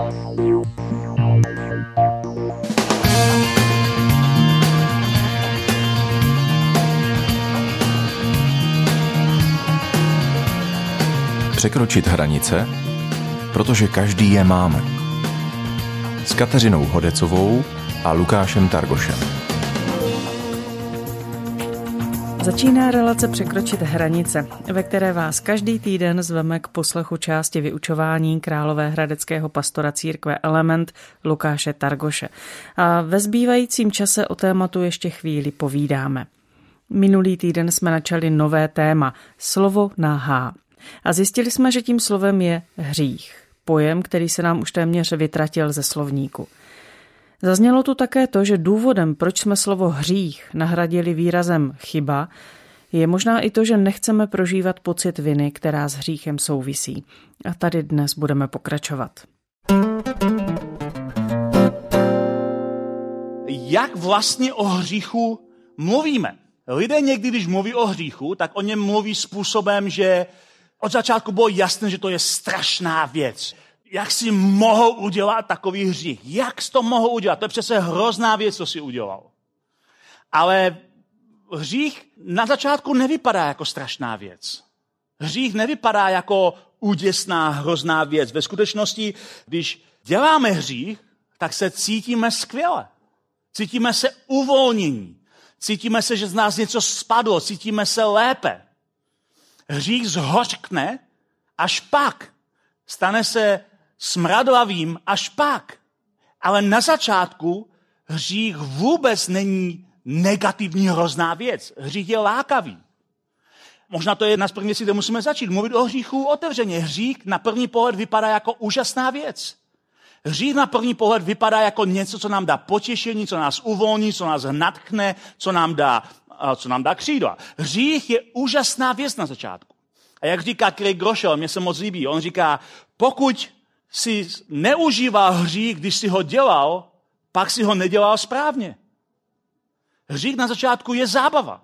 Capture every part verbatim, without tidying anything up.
Překročit hranice, protože každý je máme. S Kateřinou Hodecovou a Lukášem Targošem. Začíná relace Překročit hranice, ve které vás každý týden zveme k poslechu části vyučování královéhradeckého pastora církve Element Lukáše Targoše. A ve zbývajícím čase o tématu ještě chvíli povídáme. Minulý týden jsme načali nové téma – slovo na H. A zjistili jsme, že tím slovem je hřích, pojem, který se nám už téměř vytratil ze slovníku. Zaznělo tu také to, že důvodem, proč jsme slovo hřích nahradili výrazem chyba, je možná i to, že nechceme prožívat pocit viny, která s hříchem souvisí. A tady dnes budeme pokračovat. Jak vlastně o hříchu mluvíme? Lidé někdy, když mluví o hříchu, tak o něm mluví způsobem, že od začátku bylo jasné, že to je strašná věc. Jak si mohou udělat takový hřích? Jak jsi to mohou udělat? To je přece hrozná věc, co si udělal. Ale hřích na začátku nevypadá jako strašná věc. Hřích nevypadá jako úděsná, hrozná věc. Ve skutečnosti, když děláme hřích, tak se cítíme skvěle. Cítíme se uvolnění. Cítíme se, že z nás něco spadlo. Cítíme se lépe. Hřích zhořkne až pak. Stane se smradlavým až pak. Ale na začátku hřích vůbec není negativní hrozná věc. Hřích je lákavý. Možná to je jedna z prvních věcí, kde musíme začít. Mluvit o hříchu otevřeně. Hřích na první pohled vypadá jako úžasná věc. Hřích na první pohled vypadá jako něco, co nám dá potěšení, co nás uvolní, co nás nadchne, co nám dá, co nám dá křídla. Hřích je úžasná věc na začátku. A jak říká Craig Groeschel, mě se moc líbí, on říká, pokud si neužíval hřích, když si ho dělal, pak si ho nedělal správně. Hřích na začátku je zábava.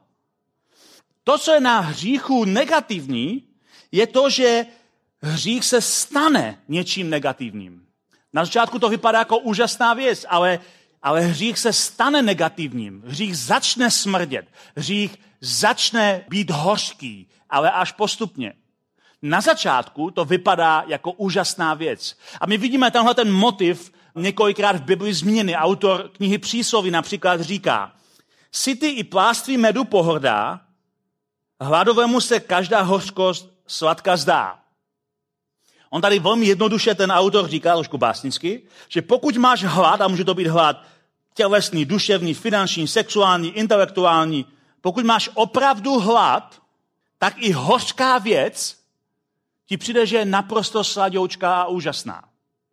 To, co je na hříchu negativní, je to, že hřích se stane něčím negativním. Na začátku to vypadá jako úžasná věc, ale, ale hřích se stane negativním. Hřích začne smrdět. Hřích začne být hořký, ale až postupně. Na začátku to vypadá jako úžasná věc. A my vidíme tenhle ten motiv několikrát v Bibli zmíněný. Autor knihy Přísloví například říká, syty i pláství medu pohrdá, hladovému se každá hořkost sladká zdá. On tady velmi jednoduše ten autor říká, trošku básnicky, že pokud máš hlad, a může to být hlad tělesný, duševní, finanční, sexuální, intelektuální, pokud máš opravdu hlad, tak i hořká věc ti přijde, že je naprosto sladoučká a úžasná.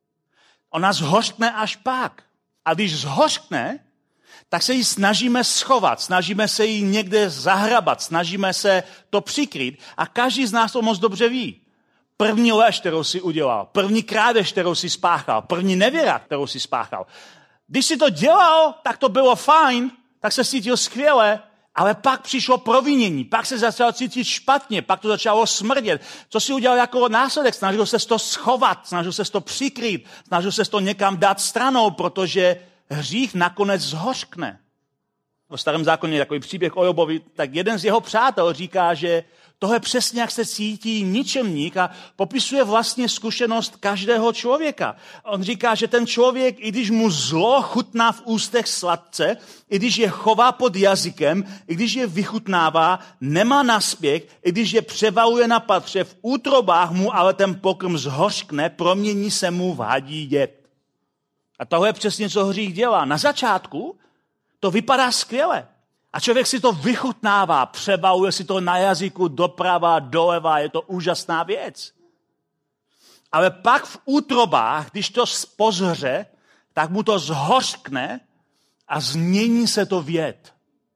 Ona zhořkne až pak. A když zhořkne, tak se ji snažíme schovat, snažíme se ji někde zahrabat, snažíme se to přikrýt a každý z nás to moc dobře ví. První lež, kterou si udělal, první krádež, kterou si spáchal, první nevěra, kterou si spáchal. Když si to dělal, tak to bylo fajn, tak se cítil skvěle, ale pak přišlo provinění, pak se začal cítit špatně, pak to začalo smrdět. Co si udělal jako následek? Snažil se to schovat, snažil se to přikrýt, snažil se to někam dát stranou, protože hřích nakonec zhořkne. V Starém zákoně je takový příběh o Jobovi, tak jeden z jeho přátel říká, že to je přesně, jak se cítí ničemník a popisuje vlastně zkušenost každého člověka. On říká, že ten člověk, i když mu zlo chutná v ústech sladce, i když je chová pod jazykem, i když je vychutnává, nemá naspěch, i když je převaluje na patře, v útrobách mu ale ten pokrm zhořkne, promění se mu v hadí jed. A tohle je přesně, co hřích dělá. Na začátku to vypadá skvěle. A člověk si to vychutnává, přebaluje si to na jazyku doprava, doleva, je to úžasná věc. Ale pak v útrobách, když to pozhře, tak mu to zhořkne a změní se to v jed.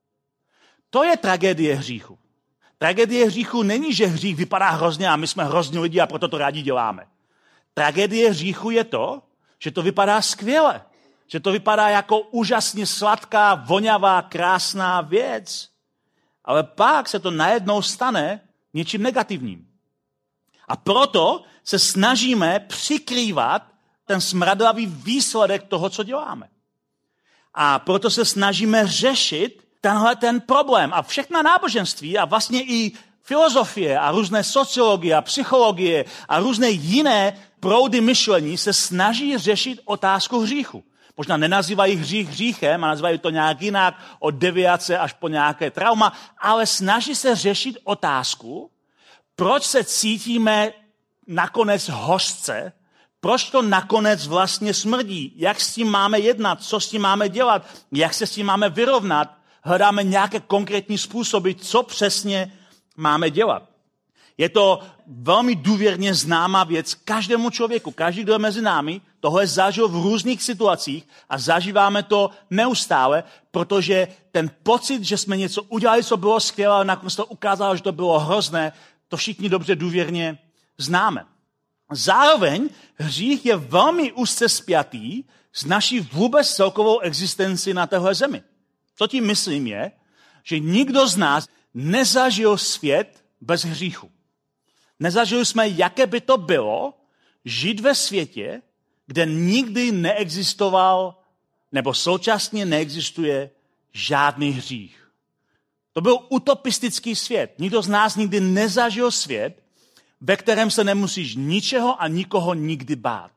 To je tragédie hříchu. Tragédie hříchu není, že hřích vypadá hrozně a my jsme hrozní lidi a proto to rádi děláme. Tragédie hříchu je to, že to vypadá skvěle. Že to vypadá jako úžasně sladká, vonavá, krásná věc. Ale pak se to najednou stane něčím negativním. A proto se snažíme přikrývat ten smradlavý výsledek toho, co děláme. A proto se snažíme řešit tenhle ten problém. A všechna náboženství a vlastně i filozofie a různé sociologie a psychologie a různé jiné proudy myšlení se snaží řešit otázku hříchu. Možná nenazývají hřích hříchem a nazývají to nějak jinak, od deviace až po nějaké trauma, ale snaží se řešit otázku, proč se cítíme nakonec hořce, proč to nakonec vlastně smrdí, jak s tím máme jednat, co s tím máme dělat, jak se s tím máme vyrovnat, hledáme nějaké konkrétní způsoby, co přesně máme dělat. Je to velmi důvěrně známá věc každému člověku. Každý, kdo je mezi námi, tohle zažil v různých situacích a zažíváme to neustále, protože ten pocit, že jsme něco udělali, co bylo skvělé, ale nakonec to ukázalo, že to bylo hrozné, to všichni dobře důvěrně známe. Zároveň hřích je velmi úzce spjatý s naší vůbec celkovou existenci na téhle zemi. Co tím myslím je, že nikdo z nás nezažil svět bez hříchu. Nezažili jsme, jaké by to bylo žít ve světě, kde nikdy neexistoval nebo současně neexistuje žádný hřích. To byl utopistický svět. Nikdo z nás nikdy nezažil svět, ve kterém se nemusíš ničeho a nikoho nikdy bát.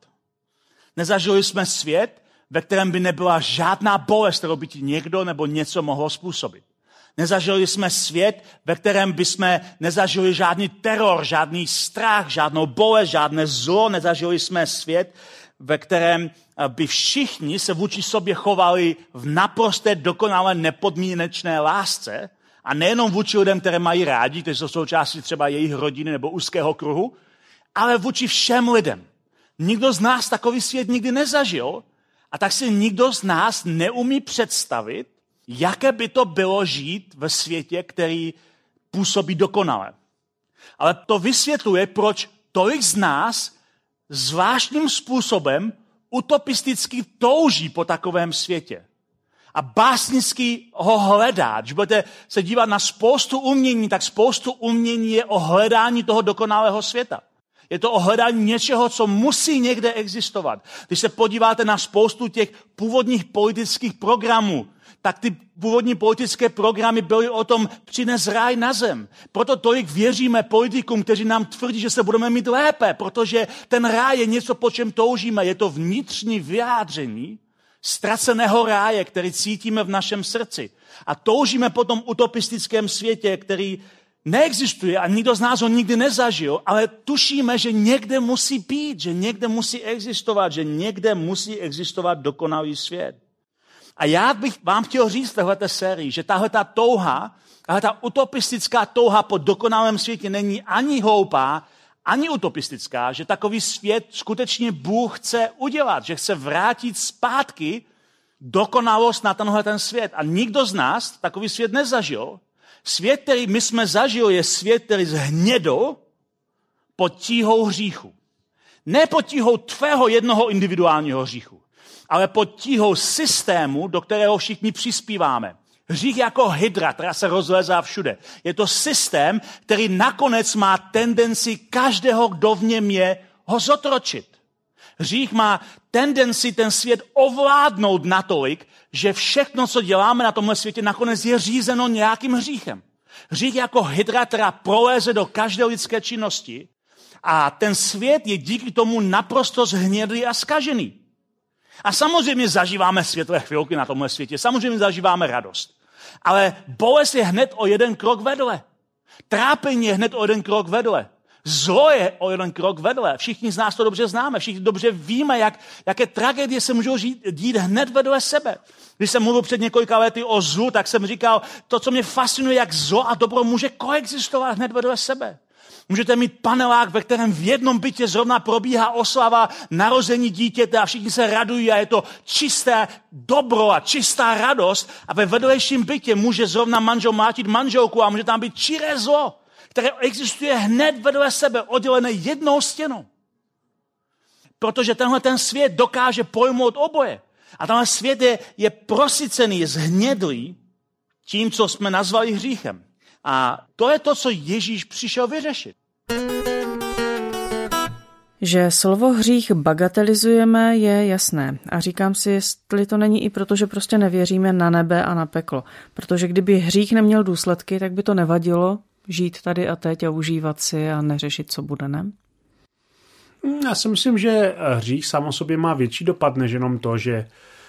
Nezažili jsme svět, ve kterém by nebyla žádná bolest, kterou by ti někdo nebo něco mohlo způsobit. Nezažili jsme svět, ve kterém bychom nezažili žádný teror, žádný strach, žádnou bolest, žádné zlo. Nezažili jsme svět, ve kterém by všichni se vůči sobě chovali v naprosté dokonale nepodmínečné lásce a nejenom vůči lidem, které mají rádi, kteří jsou součástí třeba jejich rodiny nebo úzkého kruhu, ale vůči všem lidem. Nikdo z nás takový svět nikdy nezažil a tak si nikdo z nás neumí představit, jaké by to bylo žít ve světě, který působí dokonale. Ale to vysvětluje, proč tolik z nás zvláštním způsobem utopisticky touží po takovém světě. A básnicky ho hledá. Když budete se dívat na spoustu umění, tak spoustu umění je o hledání toho dokonalého světa. Je to o hledání něčeho, co musí někde existovat. Když se podíváte na spoustu těch původních politických programů, tak ty původní politické programy byly o tom přines ráj na zem. Proto tolik věříme politikům, kteří nám tvrdí, že se budeme mít lépe, protože ten ráj je něco, po čem toužíme. Je to vnitřní vyjádření ztraceného ráje, který cítíme v našem srdci. A toužíme po tom utopistickém světě, který neexistuje a nikdo z nás ho nikdy nezažil, ale tušíme, že někde musí být, že někde musí existovat, že někde musí existovat dokonalý svět. A já bych vám chtěl říct v téhleté sérii, že tahle ta touha, tahle ta utopistická touha po dokonalém světě není ani hloupá, ani utopistická, že takový svět skutečně Bůh chce udělat, že chce vrátit zpátky dokonalost na tenhle ten svět. A nikdo z nás takový svět nezažil. Svět, který my jsme zažili, je svět, který zhnědl pod tíhou hříchu. Ne pod tíhou tvého jednoho individuálního hříchu, ale pod tíhou systému, do kterého všichni přispíváme. Hřích jako hydra, která se rozlézá všude. Je to systém, který nakonec má tendenci každého, kdo v něm je, ho zotročit. Hřích má tendenci ten svět ovládnout natolik, že všechno, co děláme na tomhle světě, nakonec je řízeno nějakým hříchem. Hřích jako hydra, která proléze do každé lidské činnosti a ten svět je díky tomu naprosto zhnědlý a zkažený. A samozřejmě zažíváme světlé chvilky na tomhle světě, samozřejmě zažíváme radost. Ale bolest je hned o jeden krok vedle. Trápení je hned o jeden krok vedle. Zlo je o jeden krok vedle. Všichni z nás to dobře známe, všichni dobře víme, jak, jaké tragédie se můžou žít, dít hned vedle sebe. Když jsem mluvil před několika lety o zlu, tak jsem říkal, to, co mě fascinuje, jak zlo a dobro může koexistovat hned vedle sebe. Můžete mít panelák, ve kterém v jednom bytě zrovna probíhá oslava narození dítěte a všichni se radují a je to čisté dobro a čistá radost a ve vedlejším bytě může zrovna manžel mlátit manželku a může tam být čiré zlo, které existuje hned vedle sebe, oddělené jednou stěnou. Protože tenhle ten svět dokáže pojmout oboje. A tenhle svět je, je prosycený, je zhnědlý tím, co jsme nazvali hříchem. A to je to, co Ježíš přišel vyřešit. Že slovo hřích bagatelizujeme, je jasné. A říkám si, jestli to není i proto, že prostě nevěříme na nebe a na peklo. Protože kdyby hřích neměl důsledky, tak by to nevadilo žít tady a teď a užívat si a neřešit, co bude, ne? Já si myslím, že hřích sám o sobě má větší dopad, než jenom to, že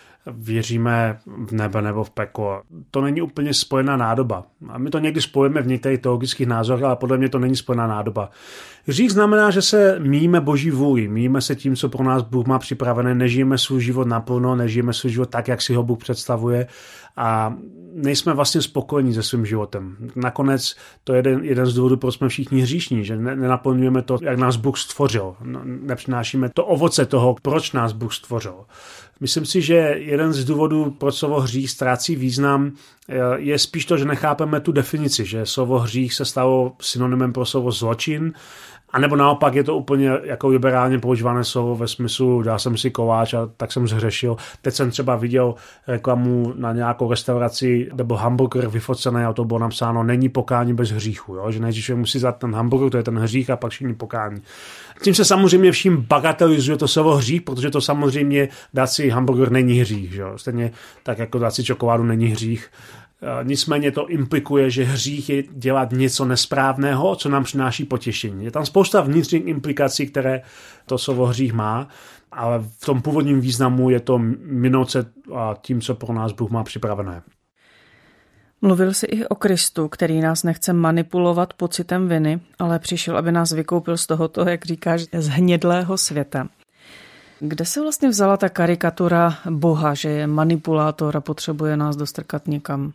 věříme v nebe nebo v peklo. To není úplně spojená nádoba. A my to někdy spojíme v některých teologických názorech, ale podle mě to není spojená nádoba. Hřích znamená, že se míjíme Boží vůli, míjíme se tím, co pro nás Bůh má připravené, nežijeme svůj život naplno, nežijeme svůj život tak, jak si ho Bůh představuje a nejsme vlastně spokojení se svým životem. Nakonec to je jeden, jeden z důvodů, proč jsme všichni hříšní, že nenaplňujeme to, jak nás Bůh stvořil. Nepřinášíme to ovoce toho, proč nás Bůh stvořil. Myslím si, že jeden z důvodů, proč slovo hřích ztrácí význam, je spíš to, že nechápeme tu definici, že slovo hřích se stalo synonymem pro slovo zločin, a nebo naopak je to úplně jako liberálně používané slovo ve smyslu dal jsem si koláč a tak jsem zhřešil. Teď jsem třeba viděl reklamu na nějakou restauraci, kde byl hamburger vyfocený a to bylo napsáno není pokání bez hříchu, jo? Že nejdřív musí dát ten hamburger, to je ten hřích a pak všichni pokání. Tím se samozřejmě vším bagatelizuje to slovo hřích, protože to samozřejmě dát si hamburger není hřích, jo? Stejně tak jako dát si čokoládu není hřích. Nicméně to implikuje, že hřích je dělat něco nesprávného, co nám přináší potěšení. Je tam spousta vnitřních implikací, které to slovo hřích má, ale v tom původním významu je to minout se tím, co pro nás Bůh má připravené. Mluvil jsi i o Kristu, který nás nechce manipulovat pocitem viny, ale přišel, aby nás vykoupil z tohoto, jak říkáš, zhnědlého světa. Kde se vlastně vzala ta karikatura Boha, že je manipulátor a potřebuje nás dostrkat někam?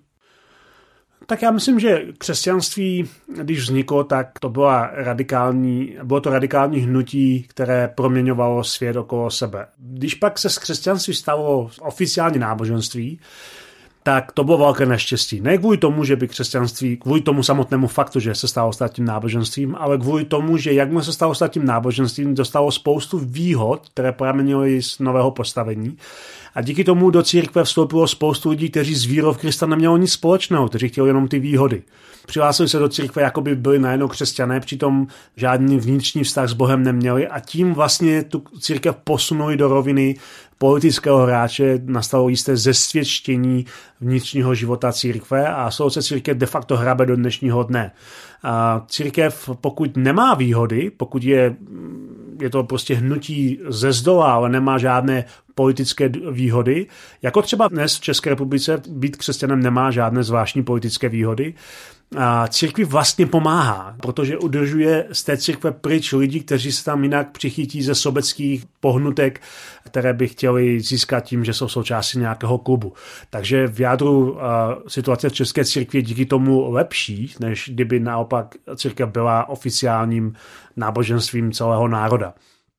Tak já myslím, že křesťanství, když vzniklo, tak to byla radikální, bylo to radikální hnutí, které proměňovalo svět okolo sebe. Když pak se z křesťanství stalo oficiální náboženství, tak to bylo velké neštěstí. Ne kvůli tomu, že by křesťanství, kvůli tomu samotnému faktu, že se stalo státním náboženstvím, ale kvůli tomu, že jakmile se stalo státním náboženstvím, dostalo spoustu výhod, které pramenily z nového postavení. A díky tomu do církve vstoupilo spoustu lidí, kteří s vírou v Krista nemělo nic společného, kteří chtěli jenom ty výhody. Přihlásili se do církve, jako by byli najednou křesťané, přitom žádný vnitřní vztah s Bohem neměli a tím vlastně tu církev posunuli do roviny politického hráče, nastalo jisté zesvědčení vnitřního života církve a slovo se církev de facto hrabe do dnešního dne. A církev, pokud nemá výhody, pokud je, je to prostě hnutí ze zdola, ale nemá žádné politické výhody, jako třeba dnes v České republice být křesťanem nemá žádné zvláštní politické výhody, a církvi vlastně pomáhá, protože udržuje z té církve pryč lidi, kteří se tam jinak přichytí ze sobeckých pohnutek, které by chtěli získat tím, že jsou součástí nějakého klubu. Takže v jádru uh, situace v české církvi je díky tomu lepší, než kdyby naopak církev byla oficiálním náboženstvím celého národa.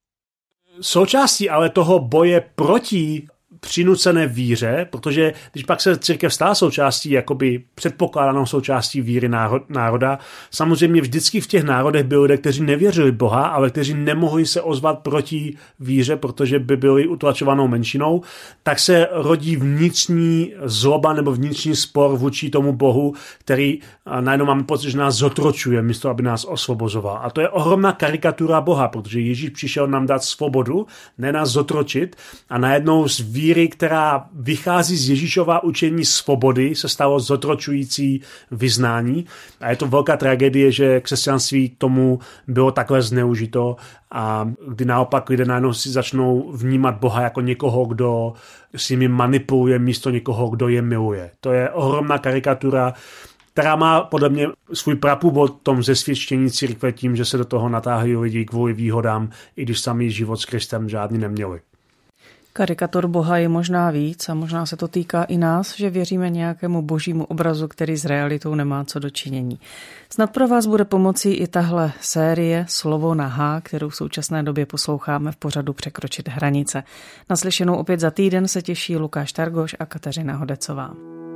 Součástí ale toho boje proti přinucené víře, protože když pak se církev stala součástí, jakoby předpokládanou součástí víry národa, samozřejmě vždycky v těch národech byli lidé, kteří nevěřili Boha, ale kteří nemohli se ozvat proti víře, protože by byli utlačovanou menšinou, tak se rodí vnitřní zloba nebo vnitřní spor vůči tomu Bohu, který najednou máme pocit, že nás zotročuje, místo aby nás osvobozoval. A to je ohromná karikatura Boha, protože Ježíš přišel nám dát svobodu, ne nás zotročit a najednou z víry, která vychází z Ježíšova učení svobody, se stalo zotročující vyznání. A je to velká tragédie, že křesťanství k tomu bylo takhle zneužito a kdy naopak lidé najednou si začnou vnímat Boha jako někoho, kdo s nimi manipuluje místo někoho, kdo je miluje. To je ohromná karikatura, která má podle mě svůj prapůvod v tom zesvědčení církve tím, že se do toho natáhají lidi kvůli výhodám, i když sami život s Kristem žádný neměli. Karikatur Boha je možná víc a možná se to týká i nás, že věříme nějakému božímu obrazu, který s realitou nemá co dočinění. Snad pro vás bude pomocí i tahle série Slovo na H, kterou v současné době posloucháme v pořadu Překročit hranice. Naslyšenou opět za týden se těší Lukáš Targoš a Kateřina Hodecová.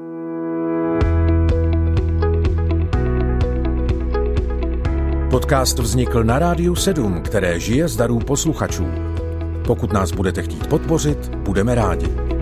Podcast vznikl na Rádiu sedm, které žije z darů posluchačů. Pokud nás budete chtít podpořit, budeme rádi.